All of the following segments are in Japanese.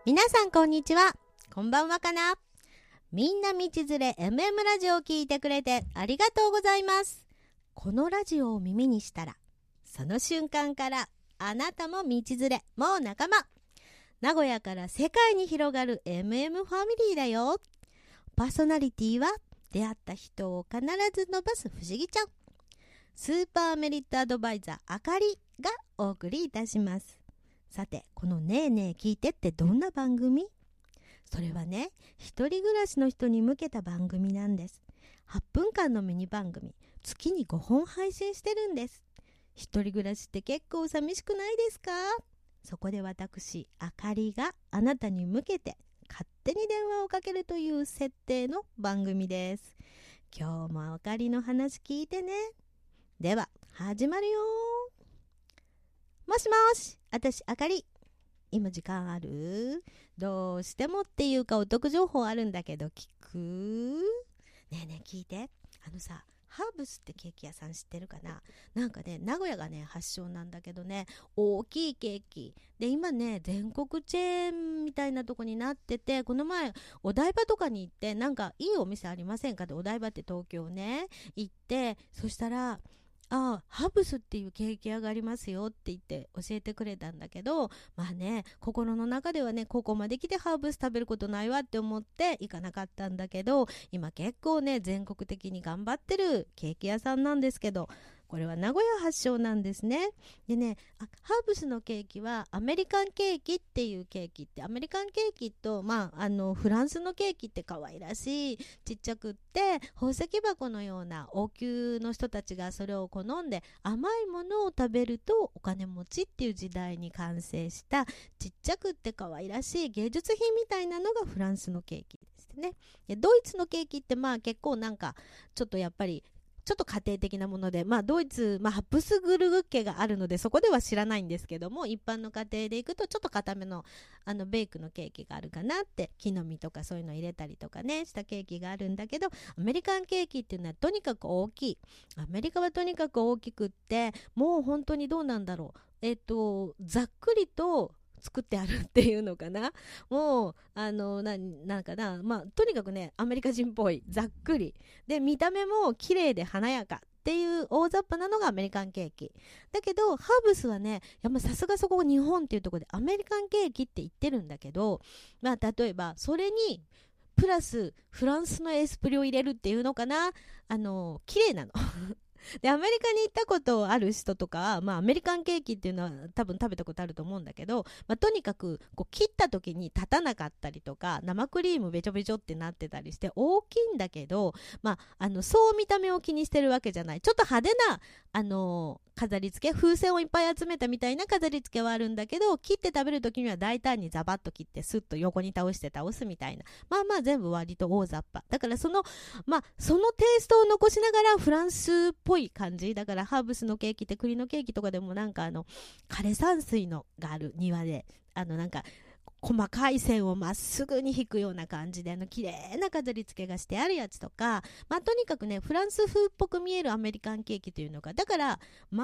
皆さんこんにちは、こんばんはかな。みんな道連れ MM ラジオを聞いてくれてありがとうございます。このラジオを耳にしたら、その瞬間からあなたも道連れ、もう仲間。名古屋から世界に広がる MM ファミリーだよ。パーソナリティは出会った人を必ず伸ばす不思議ちゃん、スーパーメリットアドバイザーあかりがお送りいたします。さて、このねえねえ聞いてってどんな番組？それはね、一人暮らしの人に向けた番組なんです。8分間のミニ番組、月に5本配信してるんです。一人暮らしって結構寂しくないですか？そこで私、あかりがあなたに向けて勝手に電話をかけるという設定の番組です。今日もあかりの話聞いてね。では、始まるよ。もしもし、私あかり。今時間ある？どうしてもっていうかお得情報あるんだけど聞く？ねえねえ聞いて。ハーブスってケーキ屋さん知ってるかな？なんかね、名古屋がね発祥なんだけどね、大きいケーキで今ね全国チェーンみたいなとこになってて、この前お台場とかに行って、なんかいいお店ありませんかって、お台場って東京ね行って、そしたらハーブスっていうケーキ屋がありますよって言って教えてくれたんだけど、まあね、心の中ではね、ここまで来てハーブス食べることないわって思って行かなかったんだけど、今結構ね全国的に頑張ってるケーキ屋さんなんですけど、これは名古屋発祥なんですね。でね、ハーブスのケーキはアメリカンケーキっていうケーキって、アメリカンケーキと、フランスのケーキって可愛らしいちっちゃくって宝石箱のような王宮の人たちがそれを好んで甘いものを食べるとお金持ちっていう時代に完成したちっちゃくって可愛らしい芸術品みたいなのがフランスのケーキですね。でドイツのケーキって結構なんかちょっとやっぱりちょっと家庭的なもので、ドイツ、ハプスブルグ家があるのでそこでは知らないんですけども、一般の家庭で行くとちょっと固めのベイクのケーキがあるかなって、木の実とかそういうの入れたりとかねしたケーキがあるんだけど、アメリカンケーキっていうのはとにかく大きい。アメリカはとにかく大きくって、もう本当にどうなんだろう、ざっくりと作ってあるっていうのかな。もうなんかな、とにかくねアメリカ人っぽい、ざっくりで見た目も綺麗で華やかっていう大雑把なのがアメリカンケーキだけど、ハーブスはね、さすがそこ日本っていうところでアメリカンケーキって言ってるんだけど、例えばそれにプラスフランスのエスプリを入れるっていうのかな、綺麗なのでアメリカに行ったことある人とか、アメリカンケーキっていうのは多分食べたことあると思うんだけど、とにかくこう切った時に立たなかったりとか、生クリームべちょべちょってなってたりして大きいんだけど、そう見た目を気にしてるわけじゃない、ちょっと派手な飾り付け、風船をいっぱい集めたみたいな飾り付けはあるんだけど、切って食べる時には大胆にザバッと切ってスッと横に倒すみたいな、全部割と大雑把だから、そのテイストを残しながらフランスっぽい感じだから、ハーブスのケーキって栗のケーキとかでもなんか枯山水のがある庭でなんか細かい線をまっすぐに引くような感じで綺麗な飾り付けがしてあるやつとか、とにかくねフランス風っぽく見えるアメリカンケーキというのが、だから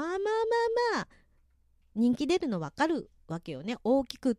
人気出るの分かるわけよね。大きくって、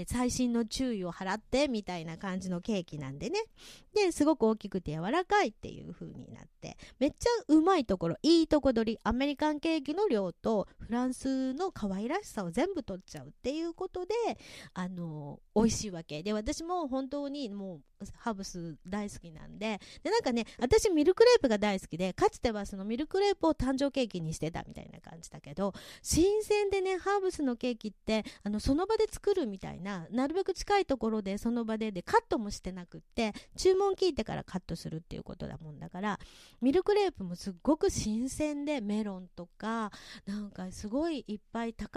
細心の注意を払ってみたいな感じのケーキなんでね。ですごく大きくて柔らかいっていう風になって、めっちゃうまいところ、いいとこ取り、アメリカンケーキの量とフランスの可愛らしさを全部取っちゃうっていうことで美味しいわけで、私も本当にもうハーブス大好きなんで、なんかね、私ミルクレープが大好きで、かつてはそのミルクレープを誕生ケーキにしてたみたいな感じだけど、新鮮でね、ハーブスのケーキってその場で作るみたいな、なるべく近いところでその場でカットもしてなくって、注文聞いてからカットするっていうことだもんだから、ミルクレープもすっごく新鮮で、メロンとかなんかすごいいっぱい高